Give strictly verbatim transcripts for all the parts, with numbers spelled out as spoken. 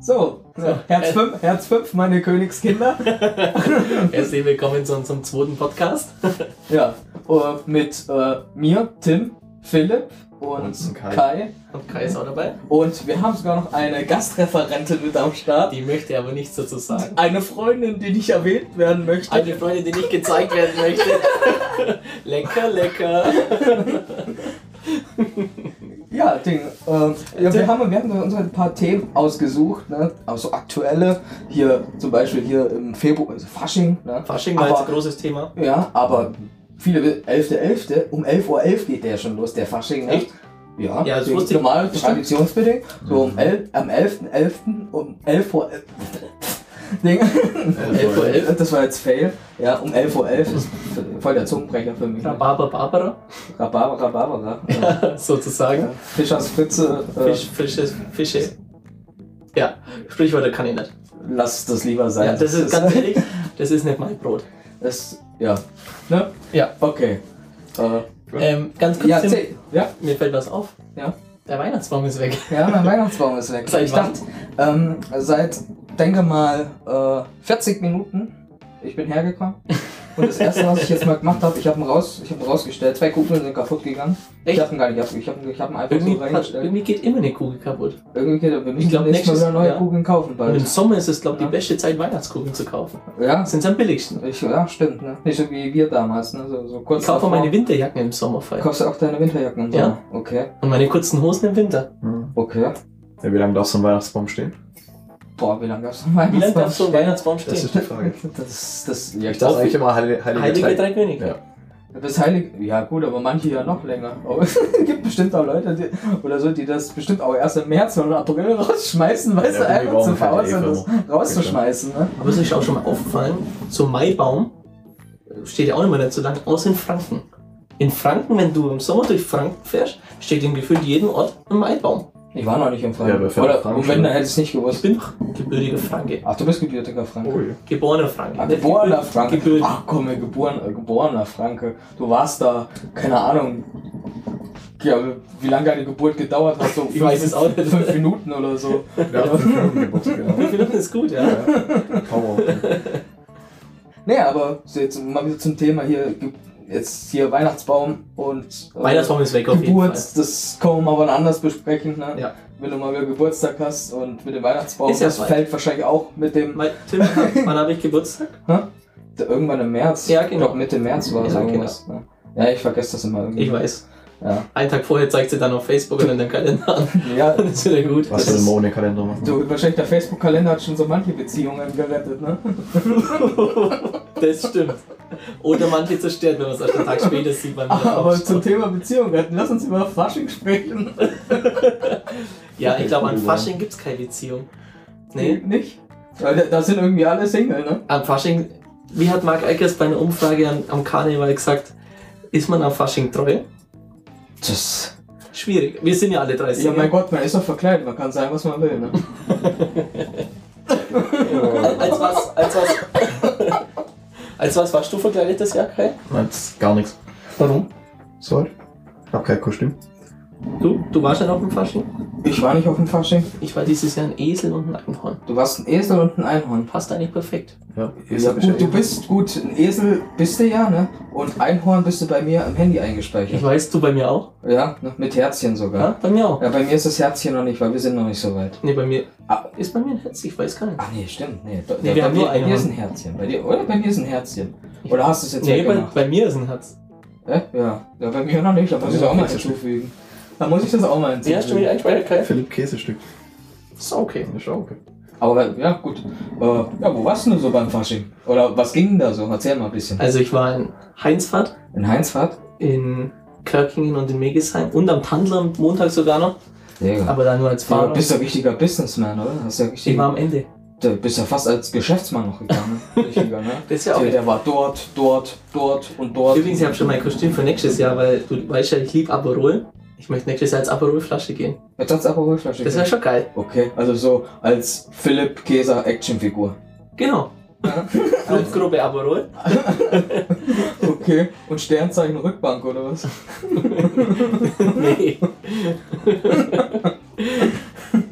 So, ja, Herz fünf, Herz fünf, meine Königskinder. Herzlich willkommen zu unserem zweiten Podcast. Ja, uh, mit uh, mir, Tim, Philipp und, und Kai. Kai. Und Kai ist auch dabei. Und wir haben sogar noch eine Gastreferentin mit am Start. Die möchte aber nichts dazu sagen. Eine Freundin, die nicht erwähnt werden möchte. Eine Freundin, die nicht gezeigt werden möchte. Lecker, lecker. Ja, Ding. Äh, ja, wir haben, wir haben uns ein paar Themen ausgesucht, ne? Also aktuelle, hier zum Beispiel hier im Februar, also Fasching. Ne? Fasching war jetzt ein großes Thema. Ja, aber viele, elfter elfter um elf Uhr elf geht der schon los, der Fasching. Ne? Echt? Ja, ja, das wusste normal, traditionsbedingt. So um elf, am elfter elfter um elf Uhr elf. Ding. elf Uhr elf, das war jetzt Fail. Ja, um elf Uhr elf ist voll der Zungenbrecher für mich. Rhabarber, Barbara. Rhabarber, Rhabarber. Ja, ja, sozusagen. Ja. Fischers Fritze. Äh, Fisch, Fische, Fische. Ja, Sprichwörter kann ich nicht. Lass das lieber sein. Ja, das ist ganz ehrlich, das ist nicht mein Brot. Das, ja. Ne? Ja. Okay. Äh, ähm, ganz kurz, ja, Tim, ja? Mir fällt was auf. Ja. Der Weihnachtsbaum ist weg. Ja, mein Weihnachtsbaum ist weg. Seit ich dachte, ähm, seit, denke mal, äh, vierzig Minuten, ich bin hergekommen. Und das erste, was ich jetzt mal gemacht habe, ich habe ihn, raus, ich hab ihn rausgestellt. Zwei Kugeln sind kaputt gegangen. Echt? Ich habe ihn gar nicht abgegeben. Ich habe ich hab ihn einfach irgendwie so reingestellt. Irgendwie geht immer eine Kugel kaputt. Irgendwie geht er. Wir müssen ich glaube, nächstes Mal wieder neue ja. Kugeln kaufen bald. Und im Sommer ist es, glaube ich, ja. die beste Zeit, Weihnachtskugeln zu kaufen. Ja. Sind sie am billigsten. Ich, ja, stimmt. Ne? Nicht so wie wir damals. Ne? So, so kurz ich kaufe davor. meine Winterjacken im Sommer frei. Kaufst du auch deine Winterjacken im Sommer? Ja. Okay. Und meine kurzen Hosen im Winter. Mhm. Okay. Ja, wie lange darf so ein Weihnachtsbaum stehen? Boah, wie lange darf so ein Weihnachtsbaum Wie lange darf so ein Weihnachtsbaum stehen? Das ist die Frage. Das, das, ja, Ich dachte eigentlich immer Heilige, Heilige, Heilige Drei Könige. Ja. Das Heilige, ja gut, aber manche ja noch länger. Aber es gibt bestimmt auch Leute, die, oder so, die das bestimmt auch erst im März oder April rausschmeißen, weil Ja, sie einfach zu faul eh sind, das rauszuschmeißen. Ne? Aber es ist auch schon mal aufgefallen, so ein Maibaum steht ja auch immer nicht so lange, außer in Franken. In Franken, wenn du im Sommer durch Franken fährst, steht im Gefühl jeden Ort ein Maibaum. Ich war noch nicht im Franken. Ja, oder Franken und wenn, dann hätte ich es nicht Ich gewusst. bin gebürtiger Franke. Ach, du bist gebürtiger Franke. Oh, ja. Geborener Franke. Ah, geborener Franke. Gebürtig. Ach komm, geboren, äh, geborener Franke. Du warst da, keine Ahnung, ja, wie lange deine Geburt gedauert hat, so Ich fünf, weiß es auch nicht. fünf Minuten oder so. Ja, fünf Minuten Geburtstag, genau. Fünf Minuten ist gut, ja. Ja. Power. Nee, aber so jetzt mal wieder zum Thema hier, jetzt hier Weihnachtsbaum und äh, Weihnachtsbaum ist weg auf jeden Geburt, Fall. das können wir mal wann anders besprechen, ne? Ja. Wenn du mal wieder Geburtstag hast und mit dem Weihnachtsbaum, Ist ja das bald. fällt wahrscheinlich auch mit dem, Mein, Tim, wann habe ich Geburtstag? hä? Irgendwann im März, Ja, ich genau. glaube Mitte März war es Ja, irgendwas. Ne? Ja, ich vergesse das immer irgendwie. Ich weiß. Ja. Einen Tag vorher zeigt sie dann auf Facebook und in deinem Kalender an. Ja, Das ist wieder gut. Was Das für ist- ein Monatkalender machen? du, wahrscheinlich der Facebook-Kalender hat schon so manche Beziehungen gerettet, ne? Das stimmt. Oder manche zerstört, wenn man es erst einen Tag später sieht. Beim Aber zum Thema Beziehung retten, lass uns über Fasching sprechen. Ja, ich glaube, an Fasching gibt es keine Beziehung. Nee. Nicht? Weil da, da sind irgendwie alle Single, ne? Am Fasching, wie hat Marc Eckers bei einer Umfrage am, am Karneval gesagt, ist man am Fasching treu? Das... Schwierig. Wir sind ja alle drei Ja, Single. mein Gott, man ist doch verkleidet, man kann sagen, was man will, ne? Als was, als was, als was warst du verkleidet das Jahr, Kai? Nein, das ist gar nichts. Warum? So halt. Ich hab kein Kostüm. Du, du warst ja noch im Fasching? Ich war nicht auf dem Fasching. Ich war dieses Jahr ein Esel und ein Einhorn. Du warst ein Esel und ein Einhorn. Passt eigentlich perfekt. Ja, Ja gut, du bist gut, ein Esel bist du ja, ne? Und Einhorn bist du bei mir im Handy Ich eingespeichert. weiß, du bei mir auch? Ja, ne? Mit Herzchen sogar. Ja, bei mir auch. Ja, bei mir ist das Herzchen noch nicht, weil wir sind noch nicht so weit. Nee, bei mir. Ah. Ist bei mir ein Herz, ich weiß gar nicht. Ach nee, stimmt, nee. Da, Nee, da, wir bei, haben mir, nur bei mir Einhorn. ist ein Herzchen. Bei dir, oder bei mir ist ein Herzchen. Oder hast du es jetzt Nee, bei, weggemacht? bei mir ist ein Herz. Äh? Ja. Ja, bei mir noch nicht, da muss ich das auch mal hinzufügen. Da muss ich das auch mal Wie hast du mich hinzufügen. eingespeichert, Kai? Philipp Käsestück. Ist okay. Das ist auch okay. Aber ja, gut. Äh, ja, wo warst du so beim Fasching? Oder was ging denn da so? Erzähl mal ein bisschen. Also ich war in Heinzfahrt, In Heinzfahrt? in Körkingen und in Megesheim und am Tandler am Montag sogar noch, Digga. aber dann nur als Du Fahrer. bist ja richtiger Businessman, oder? Hast ja richtig, Ich war am Ende. du bist ja fast als Geschäftsmann noch gegangen. Richtiger, ne? Das ist ja auch. Der, der war dort, dort, dort und dort. Übrigens, ich habe schon mein Kostüm für nächstes Jahr, weil du weißt ja, ich liebe Aperol. Ich möchte nächstes Jahr als Aperol-Flasche gehen. Jetzt hat's Aperolflasche. Das wäre schon geil. Okay, also so als Philipp Käser Actionfigur. Genau. Blutgruppe Aperol. Okay, und Sternzeichen Rückbank oder was? Nee. Aber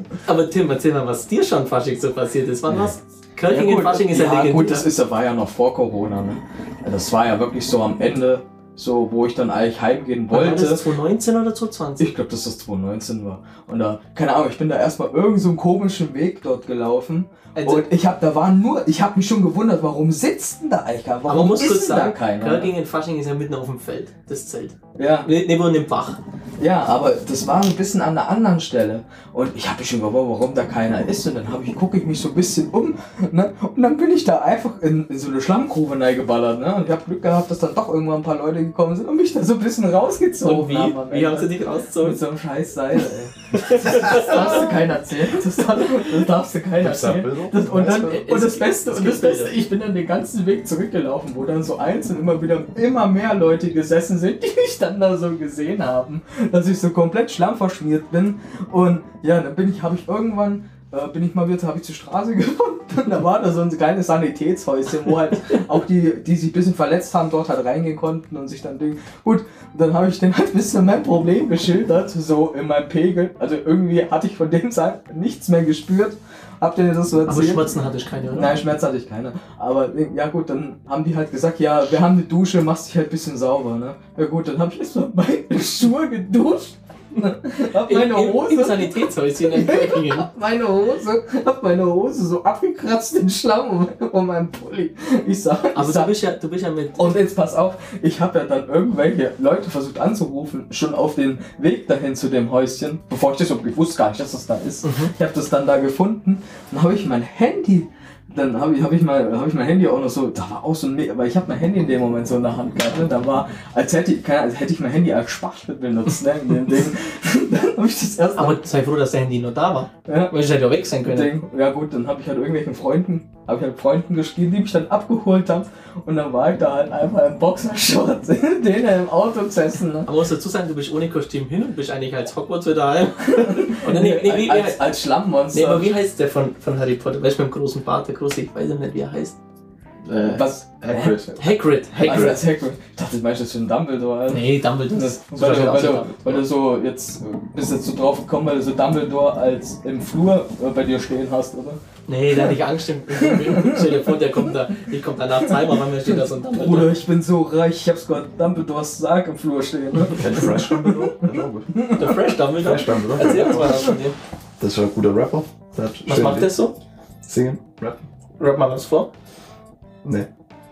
Aber Tim, erzähl mal, was dir schon Fasching so passiert ist. Wann war's? Ja, Köln gut, Fasching ist ja, ja legendär. gut, das ist, war ja noch vor Corona. Ne? Das war ja wirklich so am Ende, so wo ich dann eigentlich heimgehen Wann war wollte. das zwanzig neunzehn oder zwanzig zwanzig? Ich glaube, dass das zwanzig neunzehn war. Und da, keine Ahnung, ich bin da erstmal irgend so einen komischen Weg dort gelaufen. Also- und ich habe da waren nur, ich habe mich schon gewundert, warum sitzt denn da eigentlich keiner? Warum Aber man muss ist kurz denn da sagen, keiner? Köln Fasching ist ja mitten auf dem Feld, das Zelt. Ja, Neben dem Bach. ja, aber das war ein bisschen an einer anderen Stelle. Und ich habe mich schon gewundert, warum da keiner ist. Und dann habe ich, gucke ich mich so ein bisschen um. Ne? Und dann bin ich da einfach in, in so eine Schlammgrube reingeballert. Ne? Und ich habe Glück gehabt, dass dann doch irgendwann ein paar Leute gekommen sind und mich da so ein bisschen rausgezogen Und wie? haben. am Wie Ende. haben sie dich rausgezogen? Mit so einem scheiß Seil, ey. Das, das darfst du keiner erzählen. Das, darf, das darfst du keiner Gibt's da erzählen. Bilder? Das, und, dann, Es- und das es- Beste, es und gibt das Beste, Bilder. ich bin dann den ganzen Weg zurückgelaufen, wo dann so einzeln immer wieder immer mehr Leute gesessen sind, die mich dann da so gesehen haben, dass ich so komplett schlammverschmiert bin. Und ja, dann bin ich, habe ich irgendwann, äh, bin ich mal wieder, habe ich zur Straße gefunden und da war da so ein kleines Sanitätshäuschen, wo halt auch die, die sich ein bisschen verletzt haben, dort halt reingehen konnten und sich dann Ding. Gut, und dann habe ich denen halt ein bisschen mein Problem geschildert, so in meinem Pegel. Also irgendwie hatte ich von dem Zeit nichts mehr gespürt. Habt ihr das so erzählt? Aber Schmerzen hatte ich keine, oder? Nein, Schmerz hatte ich keine. Aber ja gut, dann haben die halt gesagt, ja, wir haben eine Dusche, machst dich halt ein bisschen sauber, ne? Ja gut, dann habe ich erstmal meine Schuhe geduscht, ne? Hab meine Im, im, Hose, im Sanitätshäuschen in Köln. hab meine Hose, hab meine Hose so abgekratzt in Schlamm um, um meinen Pulli. Ich sag, ich Aber du sag, bist ja, du bist ja mit... und jetzt pass auf, ich habe ja dann irgendwelche Leute versucht anzurufen, schon auf den Weg dahin zu dem Häuschen, bevor ich das überhaupt, ich wusste gar nicht, dass das da ist. Mhm. Ich habe das dann da gefunden, dann habe ich mein Handy, dann habe ich, hab ich, mal, hab ich mein Handy auch noch so, da war auch so ein, weil ich habe mein Handy in dem Moment so in der Hand gehabt, ne? Da war, als hätte ich, keine, als hätte ich mein Handy als Spachtel benutzt, ne? In dem Ding. Dann habe ich das erst Aber sei froh, dass dein Handy noch da war. ja. Weil ich hätte ja weg sein können. Ding. Ja gut, dann habe ich halt irgendwelchen Freunden, habe ich halt Freunden geschrieben, die mich dann abgeholt haben und dann war ich da halt einfach im Boxershorts, in denen im Auto gesessen. Ne? Aber man muss dazu sagen, du bist ohne Kostüm hin und bist eigentlich als Hogwarts wieder heim. Und dann, nee, nee, wie, wie, als, als Schlammmonster. nee, aber wie heißt der von, von Harry Potter? Weißt du, mit dem großen Bart, der große, ich weiß nicht, wie er heißt. Äh, Was? Hagrid. Hagrid. Also Hagrid. als Hagrid. Ich dachte, du meinst das für ein Dumbledore. Alter. Nee, Dumbledore. Das, Das weil, war du, schon weil, du, Dumbledore. weil du so jetzt äh, bist jetzt so drauf gekommen, weil du so Dumbledore als im Flur äh, bei dir stehen hast, oder? Nee, da hatte ich Angst im im Stell dir vor, der kommt da, ich komm danach zweimal, weil mir steht da so ein Dumbledore. Bruder, ich bin so reich, ich hab's gerade Dumbledores Sarg im Flur stehen. Ne? Kennt ihr Fresh Dumbledore? Ja, schon gut. Der Fresh Dumbledore. Fresh Dumbledore. Erzähl uns mal was von dem. Das ist ein guter Rapper. Der hat Was schöne macht der so? Singen, rappen. Rap mal was vor. Nee.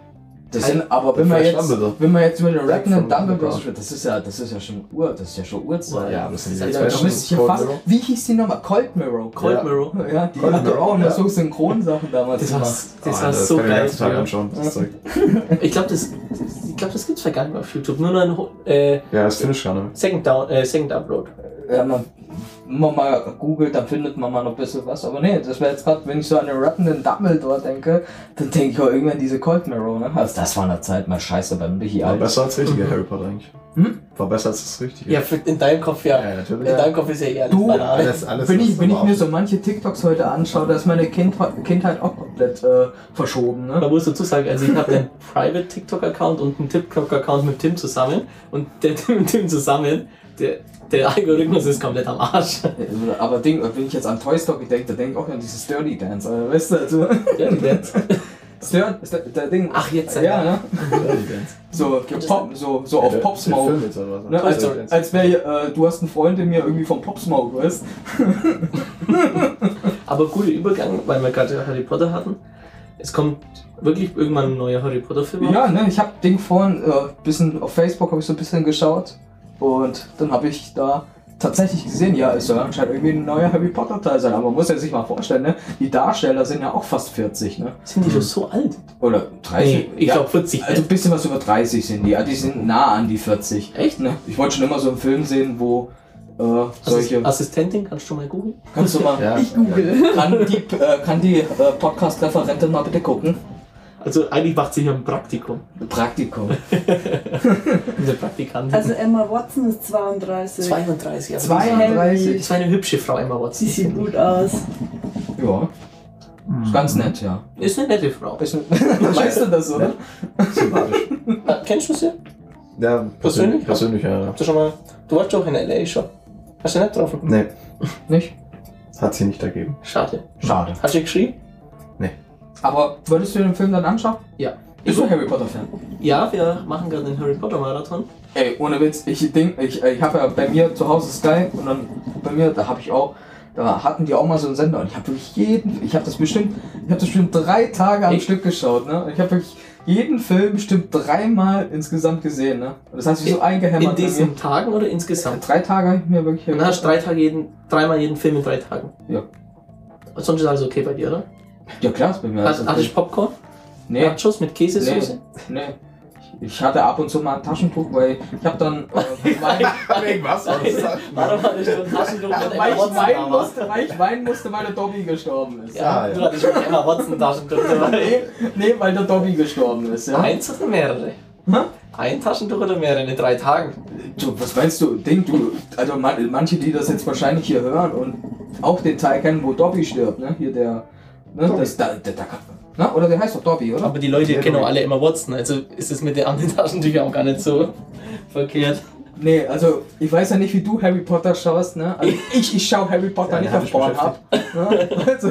Das sind, aber wenn man, Fresh jetzt, Dumbledore. wenn man jetzt über den rappenden Von Dumbledore Brown. spricht, das ist ja, das ist ja schon Ur, das ist ja schon Urzeit. Ja, das sind Das die ist Da ja müsste ich ja Cold fast, Mirror. wie hieß die nochmal? Cold Mirror. Cold Ja. Mirror. Ja, die Cold hatte Mirror, auch noch ja. so Synchronsachen damals Das gemacht. war, das Ah, war so kann ich den geil. ganzen Tag früher. anschauen, das Zeug. Ich glaube, das, ich glaub, das gibt's gar nicht mehr auf YouTube. Nur noch ein äh, Ja, das finde ich gar nicht. Second, Down, äh, Second Upload. Ja, man, wenn man mal googelt, dann findet man mal noch ein bisschen was. Aber nee, das wäre jetzt gerade, wenn ich so an den rappenden Dumbledore denke, dann denke ich auch irgendwann diese Cold Mirror, ne? Also das war eine Zeit mal scheiße beim Michi War alt. besser als richtige Harry Potter eigentlich. Hm? War besser als das richtige. Ja, für, in deinem Kopf ja. Ja, natürlich. In deinem Kopf ist ja eher Du, Banane. alles, alles, Wenn was ich, wenn ich aber mir auch- so manche TikToks heute anschaue, da ist meine kind Kindheit auch komplett äh, verschoben, ne? Man muss dazu sagen, also ich habe einen Private TikTok-Account und einen TikTok-Account mit Tim zusammen. Und der Tim mit Tim zusammen, der, der Algorithmus ist komplett am Arsch. Aber Ding, wenn ich jetzt an Toy Story denke, da denke ich auch an dieses Dirty Dance, äh, weißt du? Also, Ja, der, Stir, Stir, der Ding. Ach, jetzt, Ja, ne? Dirty Dance. So, Pop, so, so Ja, auf der- Pop der Smoke. Film jetzt oder was? Ne, Toy als Story. als wäre äh, du hast einen Freund, der mir irgendwie vom Pop Smoke weißt. aber guter Übergang, weil wir gerade Harry Potter hatten. Es kommt wirklich irgendwann ein neuer Harry Potter-Film. Ja, ne, ich habe Ding vorhin, äh, bisschen auf Facebook habe ich so ein bisschen geschaut und dann habe ich da tatsächlich gesehen, ja, es soll anscheinend irgendwie ein neuer Harry Potter Teil sein, aber man muss ja sich mal vorstellen, ne, die Darsteller sind ja auch fast vierzig, ne, Sind die schon so alt? oder dreißig. Nee, ich ja, glaube vierzig. also ein bisschen was über dreißig sind die, ja, die sind nah an die vierzig. Echt? Ne? Ich wollte schon immer so einen Film sehen, wo äh, solche, Assis- Assistentin, kannst du mal googeln? kannst du mal, Ja, ich google, kann die, äh, kann die äh, Podcast-Referentin mal bitte gucken? Also eigentlich macht sie hier ein Praktikum. Praktikum. Diese Praktikantin. Also Emma Watson ist zweiunddreißig. zweiunddreißig. Also zweiunddreißig. Das war eine hübsche Frau, Emma Watson. Sie sieht gut aus. Ja. Ist ganz nett, ja. Ist eine nette Frau. Ist ein- weißt du das, oder? Sympathisch. Ah, kennst du sie? Ja, Persönlich? persönlich, persönlich, ja. Hast du schon mal. Du warst doch in L A schon. Hast du nicht getroffen? Nee. Nicht? Hat sie nicht ergeben. Schade. Schade. Hast du geschrieben? Aber würdest du den Film dann anschauen? Ja. Bist du Harry Potter Fan? Ja, wir machen gerade den Harry Potter Marathon. Ey, ohne Witz, ich denk, ich, ich habe ja bei mir zu Hause Sky und dann bei mir, da habe ich auch, da hatten die auch mal so einen Sender und ich habe wirklich jeden, ich habe das bestimmt, ich habe das bestimmt drei Tage am Ich- Stück geschaut, ne? Ich habe wirklich jeden Film bestimmt dreimal insgesamt gesehen, ne? Und das hat sich so eingehämmert In bei mir. diesen Tagen oder insgesamt? Drei Tage habe ich mir wirklich. Und dann hast du drei Tage jeden, dreimal jeden Film in drei Tagen. Ja. Sonst ist alles okay bei dir, oder? Ja klar, ist bei mir. Hast alles hatte okay. ich Popcorn? Nee, Nachos mit Käsesoße? nee. Ich hatte ab und zu mal ein Taschentuch, weil ich habe dann. Äh, Wein, Wegen was? Warum hattest du ein Taschentuch mit weil, Emma ich Watson weinen dabei? musste, weil ich weinen musste, weil der Dobby gestorben ist. Ja, Ja, du ja. hattest mit Emma Watson ein Taschentuch dabei. Nee, nee, weil der Dobby gestorben ist. Ja? Eins oder mehrere? Hä? Ein Taschentuch oder mehrere in drei Tagen? Du, was meinst du? Ding, du, also man, manche, die das jetzt wahrscheinlich hier hören und auch den Teil kennen, wo Dobby stirbt, ne? Hier der, ne? Dobby. Das, da, der, der, ne? Oder der heißt doch Dobby, oder? Aber die Leute Ja, kennen du- auch alle Emma Watson, also ist es mit den anderen Taschentüchern auch gar nicht so verkehrt. Nee, also ich weiß ja nicht, wie du Harry Potter schaust, ne? Also ich, ich schau Harry Potter Ja, nicht den auf hab ich Pornhub. Ne? Also,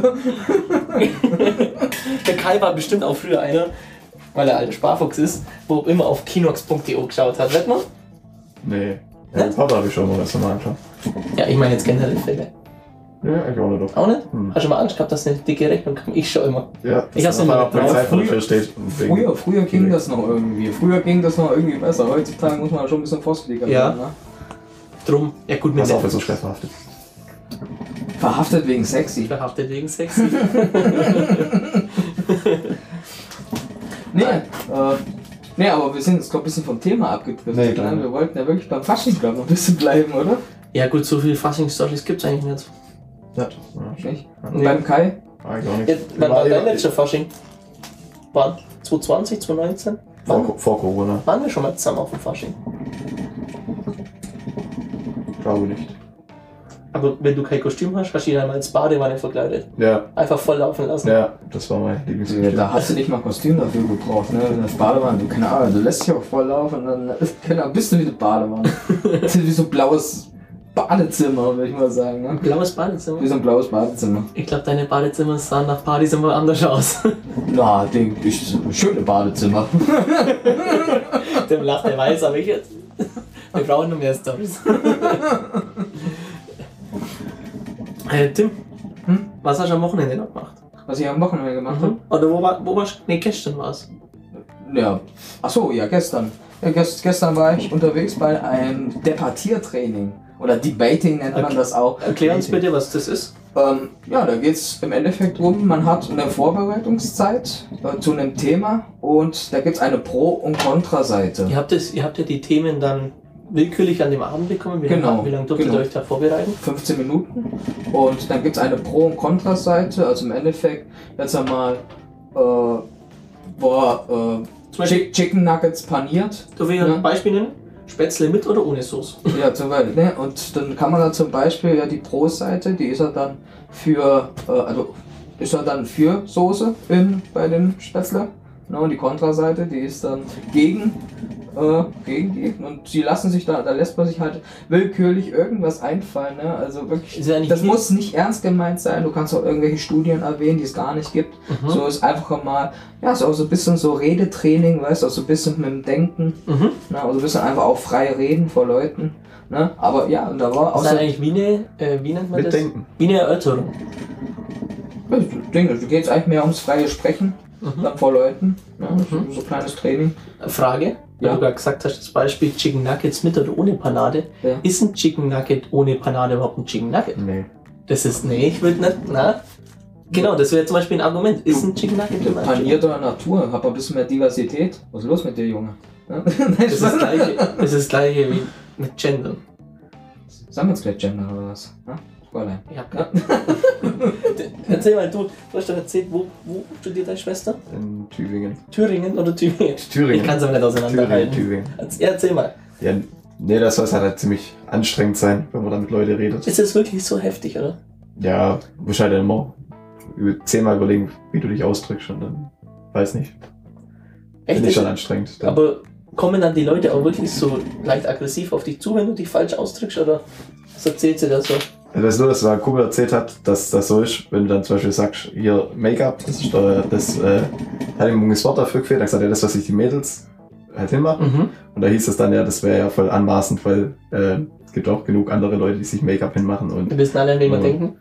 Der Kai war bestimmt auch früher einer, weil er alter Sparfuchs ist, wo immer auf kinox punkt de geschaut hat, weißt du noch? Nee. Harry Potter habe ich schon mal das mal angeschaut. Ja, ich meine jetzt generell Filme. Ja, ich auch nicht. Auch nicht? Hm. Hast du mal Angst gehabt, dass eine dicke Rechnung kommt? Ich schon immer. Ja, Ich hab's das immer noch mit drauf. Polizei vor der Früher- Tür steht. und wegen- früher, früher ging das noch irgendwie. Früher ging das noch irgendwie besser. Heutzutage muss man schon ein bisschen vorsichtiger Ja. werden, ne? Drum, ja gut, mit Pass auf, der wer so schwer verhaftet. Verhaftet wegen sexy. verhaftet wegen Sex. Nee, äh, nee, aber wir sind jetzt glaub, ein bisschen vom Thema abgedriftet. Nee, Ne? klar. Wir wollten ja wirklich beim Fasching glaub, noch ein bisschen bleiben, oder? Ja gut, so viele Fasching-Stories gibt's eigentlich nicht. Ja. Nicht? Ja. Und beim Kai? Eigentlich auch nicht. Ja, wann war War- dein letzter Fasching? Wann? zwanzig zwanzig, zwanzig neunzehn? Wann vor, vor Corona, waren wir schon mal zusammen auf dem Fasching? glaube nicht. Aber wenn du kein Kostüm hast, hast du ihn einmal ins Badewanne verkleidet. Ja, Einfach voll laufen lassen. ja, das war mein Ja, Lieblingsgefühl. da hast du nicht mal Kostüm dafür gebraucht, ne? In der Badewanne, du, keine Ahnung, du lässt dich auch voll laufen und dann keine Ahnung, bist du wie eine Badewanne. Das ist wie so ein blaues Badezimmer, würde ich mal sagen, Ein ne? blaues Badezimmer. Wie so ein blaues Badezimmer. Ich glaube, deine Badezimmer sahen nach Partys immer anders aus. Na, Ding, ist ein schönes Badezimmer. Dem lacht der weiß, aber ich jetzt. Wir brauchen nur mehr Stories. äh, Tim, Hm? was hast du am Wochenende noch gemacht? Was ich am Wochenende gemacht habe? Oder wo, war, wo warst du? Nee, gestern war's. Ja. Achso, ja, gestern. Ja, gest, gestern war ich unterwegs bei einem Debattiertraining. Oder Debating nennt man Okay. das auch. Erklär uns bitte, was das ist. Ähm, ja, da geht es im Endeffekt drum, man hat eine Vorbereitungszeit äh, zu einem Thema und da gibt es eine Pro- und Kontraseite. Ihr habt, das, ihr habt ja die Themen dann willkürlich an dem Abend bekommen. Wie Genau, lange, wie lange durftet genau. ihr euch da vorbereiten? fünfzehn Minuten. Und dann gibt es eine Pro- und Kontraseite. Also im Endeffekt, jetzt einmal, äh, boah, Zum äh, Beispiel, Chick Chicken Nuggets paniert. darf ich Ja. ein Beispiel nennen? Spätzle mit oder ohne Soße? Ja, zum Beispiel. Ne? Und dann kann man da zum Beispiel, ja, die Pro-Seite, die ist ja dann für, äh, also ist ja dann für Soße in, bei den Spätzle. Ne? Und die Kontraseite, die ist dann gegen, äh, gegen die. Und die lassen sich da, da lässt man sich halt willkürlich irgendwas einfallen. Ne? Also wirklich, Ist ja nicht das wie- muss nicht ernst gemeint sein. Du kannst auch irgendwelche Studien erwähnen, die es gar nicht gibt. Mhm. So ist einfach mal, ja, ist auch so ein bisschen so Redetraining, weißt du, auch so ein bisschen mit dem Denken. Mhm. Na, also ein bisschen einfach auch frei reden vor Leuten. Ne? Aber ja, und da war Das auch ist so. eigentlich wie eine, äh, wie nennt man das? Mitdenken. Wie eine Erörterung. Das Ding, da geht es eigentlich mehr ums freie Sprechen Mhm. dann vor Leuten. Ne? So, Mhm. so ein kleines Training. Frage, weil Ja. du gerade gesagt hast, das Beispiel Chicken Nuggets mit oder ohne Panade. Ja. Ist ein Chicken Nugget ohne Panade überhaupt ein Chicken Nugget? Nee. Das ist, nee, ich würde nicht, na? Genau, das wäre zum Beispiel ein Argument. Ist ein Chicken Nugget immer ein Chicken- Panierter Natur, hab ein bisschen mehr Diversität. Was ist los mit dir, Junge? Ne? Nein, Das ist das gleiche, das ist das gleiche wie mit Gendern. Sagen wir jetzt gleich Gender oder was? Ne? Fräulein. Ich hab keine Erzähl mal, du, du hast doch erzählt, wo, wo studiert deine Schwester? In Tübingen. Thüringen oder Tübingen? Thüringen. Ich kann es aber nicht Thüringen, auseinanderhalten. Tübingen. Erzähl, erzähl mal. Ja, nee, das soll halt ziemlich anstrengend sein, wenn man da mit Leuten redet. Ist das wirklich so heftig, oder? Ja, musst halt immer über- zehnmal überlegen, wie du dich ausdrückst und dann weiß nicht. Echt? Finde ich schon anstrengend. Dann. Aber kommen dann die Leute auch wirklich so leicht aggressiv auf dich zu, wenn du dich falsch ausdrückst, oder was erzählt sie da so? Also weißt du, dass ein Kumpel erzählt hat, dass das so ist, wenn du dann zum Beispiel sagst, hier Make-up, das ist da, das, äh, hat ihm ein junges Wort dafür gefehlt, er hat gesagt, ja, das, was sich die Mädels halt hinmachen. Mhm. Und da hieß es dann, ja, das wäre ja voll anmaßend, weil äh, es gibt auch genug andere Leute, die sich Make-up hinmachen. Und Wir wissen alle, an wen wir Ja. denken.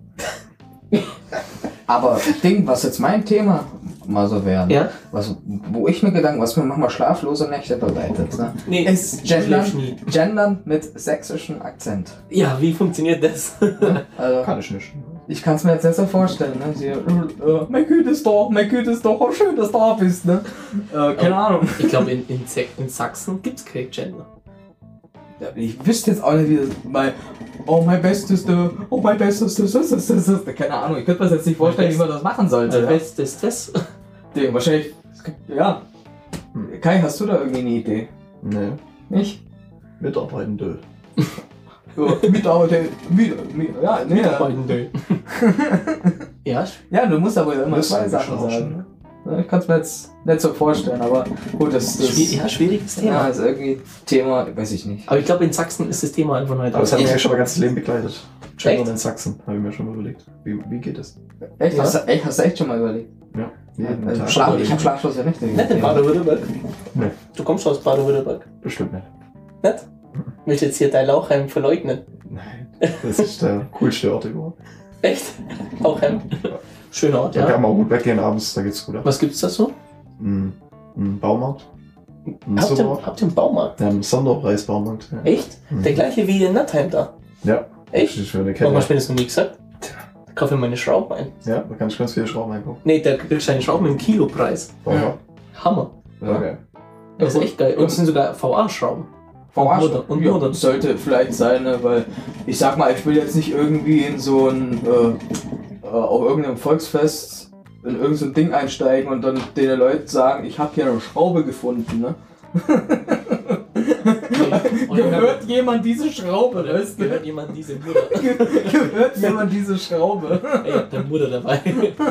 Aber Ding, was jetzt mein Thema mal so wäre, Ja? was, wo ich mir Gedanken, was mir manchmal schlaflose Nächte bereitet, ne? Nee, ist ich schläf Gendern, nie. Gendern mit sächsischem Akzent. Ja, wie funktioniert das? Also, kann ich nicht. ich kann es mir jetzt nicht so vorstellen, ne? Sie, äh, äh, mein Güte ist doch, mein Güte ist doch, oh, schön, dass du da bist, ne? Äh, keine Ahnung. Ich glaube, in, in, Sa- in Sachsen gibt es kein Gender. Ja, ich wüsste jetzt auch nicht, wie das, mein, oh, mein Besteste, oh, mein Besteste, das, das, das, das, das, keine Ahnung, ich könnte mir das jetzt nicht vorstellen, wie man das machen sollte. Also, Ja? was ist das? Ding, wahrscheinlich, ja. Kai, hast du da irgendwie eine Idee? Nee. Nicht? Mitarbeitende. Ja, Mitarbeiter, mit, mit, ja, nee, ja. Ja, Ja, du musst aber immer Müssen zwei wir Sachen schon. sagen. Ja, ich kann es mir jetzt nicht so vorstellen, aber gut, das, das schwierig, ja, schwieriges Thema. ja, ist irgendwie Thema, weiß ich nicht. Aber ich glaube, in Sachsen ist das Thema einfach noch nicht Aber das hat mich aus. eigentlich schon mein ganzes Leben begleitet. Gendern Echt? in Sachsen, habe ich mir schon mal überlegt. Wie, wie geht das? Echt? Ja. Hast, du, echt, hast du echt schon mal überlegt? Ja. Jeden Also, Tag. Schlaf, ich habe schlaflose Nächte. Nicht in Baden-Württemberg. Nee, Du kommst aus Baden-Württemberg. bestimmt nicht. Nicht? Möchtest jetzt hier dein Lauchheim verleugnen? Nein. Das ist der coolste Ort überhaupt. Echt? Lauchheim. Schöner Ort, Da kann ja. man auch gut weggehen abends, da geht's gut ab. Was gibt's da so? Ein, ein Baumarkt. Ein Habt ihr, Supermarkt. habt ihr einen Baumarkt? Ja, ein Sonderpreisbaumarkt. Ja. Echt? Mhm. Der gleiche wie in Nattheim da. Ja. Echt? Das ist für eine Warum Kette. hast du mir das noch nie gesagt? Da kaufe ich meine Schrauben ein. Ja, da kannst du ganz viele Schrauben einkaufen. Nee, da kriegst du eine Schrauben im Kilopreis. Ja. Hammer. Ja, okay. Das ist echt geil. Und es sind sogar V A-Schrauben. Vom Arsch. Modern- und Ja, modern. sollte vielleicht sein, ne, weil ich sag mal, ich will jetzt nicht irgendwie in so ein, äh, äh, auf irgendeinem Volksfest in irgendein so ein Ding einsteigen und dann den Leuten sagen, ich habe hier eine Schraube gefunden, ne? Gehört jemand diese Schraube, weißt du? Gehört jemand diese Mutter? Gehört jemand diese Schraube? Ey, ich hab deine Mutter dabei.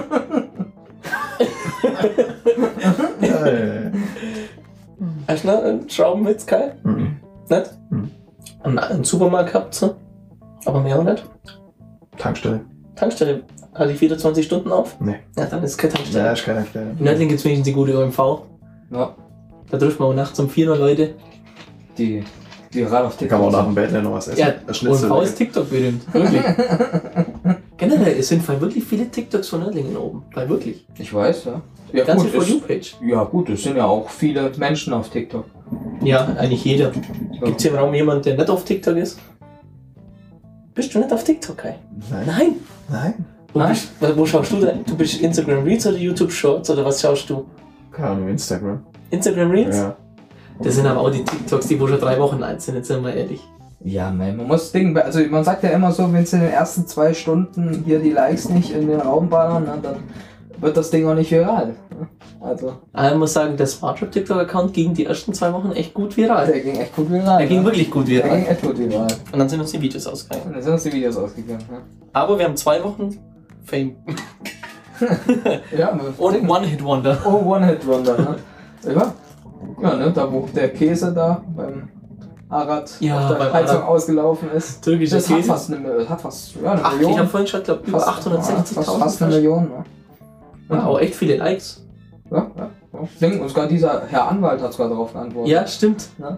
Ja, ja, ja. Hast du noch einen Schraubenwitz, Kai? Mhm. Nicht? Mhm. Einen, einen Supermarkt gehabt, so? Aber mehr auch nicht. Tankstelle. Tankstelle. Hatte ich vierundzwanzig Stunden auf? Nee. Ja, dann ist keine Tankstelle. Ja, ist keine Tankstelle. In Nördling gibt es wenigstens die gute O M V. Ja, Da trifft man auch nachts um vier Uhr Leute. die, die gerade auf Da kann man auch nach dem Bett noch was essen. Ja, Ein O M Schnitzel. V ist TikTok berühmt. Wirklich. Generell, es sind voll wirklich viele TikToks von Nördlingen oben. Weil wirklich. Ich weiß, ja. Ja Ganze gut, For ist, You-Page. ja gut, es sind ja auch viele Menschen auf TikTok. Ja, eigentlich jeder. Gibt es hier im Raum jemanden, der nicht auf TikTok ist? Bist du nicht auf TikTok, Kai? Nein. Nein. Nein. Wo, Nein. bist, wo schaust du denn? Du bist Instagram Reels oder YouTube Shorts oder was schaust du? Keine Ahnung, Instagram. Instagram Reels? Ja. Das sind aber auch die TikToks, die wo schon drei Wochen alt sind, jetzt sind wir ehrlich. Ja, man, man muss Ding, also man sagt ja immer so, wenn es in den ersten zwei Stunden hier die Likes nicht in den Raum ballern, ne, dann wird das Ding auch nicht viral. Ne? Also, Aber ich muss sagen, der Smarttrip TikTok-Account ging die ersten zwei Wochen echt gut viral. der ging echt gut viral. Der ging ne? wirklich gut Der ging viral. echt gut viral. Und dann sind uns die Videos ausgegangen. Und dann sind uns die Videos ausgegangen. Ne? Aber wir haben zwei Wochen Fame. Ja, man- Und One-Hit-Wonder. oh, One-Hit-Wonder, ne? Ja. Ja, ne, da wo der Käse da beim Arad Ja, auf der beim Heizung Arad. ausgelaufen ist. Türkischer Das hat Käse. fast eine, das hat fast, ja, eine Ach, ich Million. habe vorhin schon, glaube über Fast- achthundertsechzigtausend. Fast, fast eine Million, ne? Ja, auch echt viele Likes. Ja, ja. ja. Ding, und sogar dieser Herr Anwalt hat sogar darauf geantwortet. Ja, stimmt. Ne?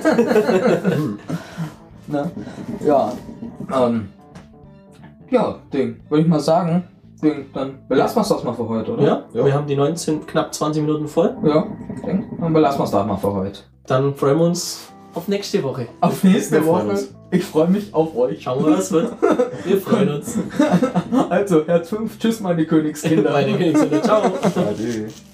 ne? Ja. Ähm. Ja, Ding. Würde ich mal sagen, Ding, dann belassen wir es das mal für heute, oder? Ja, Ja. wir haben die neunzehn, knapp zwanzig Minuten voll. Ja, Ding. Dann belassen wir es da mal für heute. Dann freuen wir uns auf nächste Woche. Auf nächste Wir freuen Woche. uns. Ich freue mich auf euch. Schauen wir, was wird. Wir freuen uns. Also, Herz fünf, tschüss meine Königskinder. Meine Königskinder, ciao. Ade.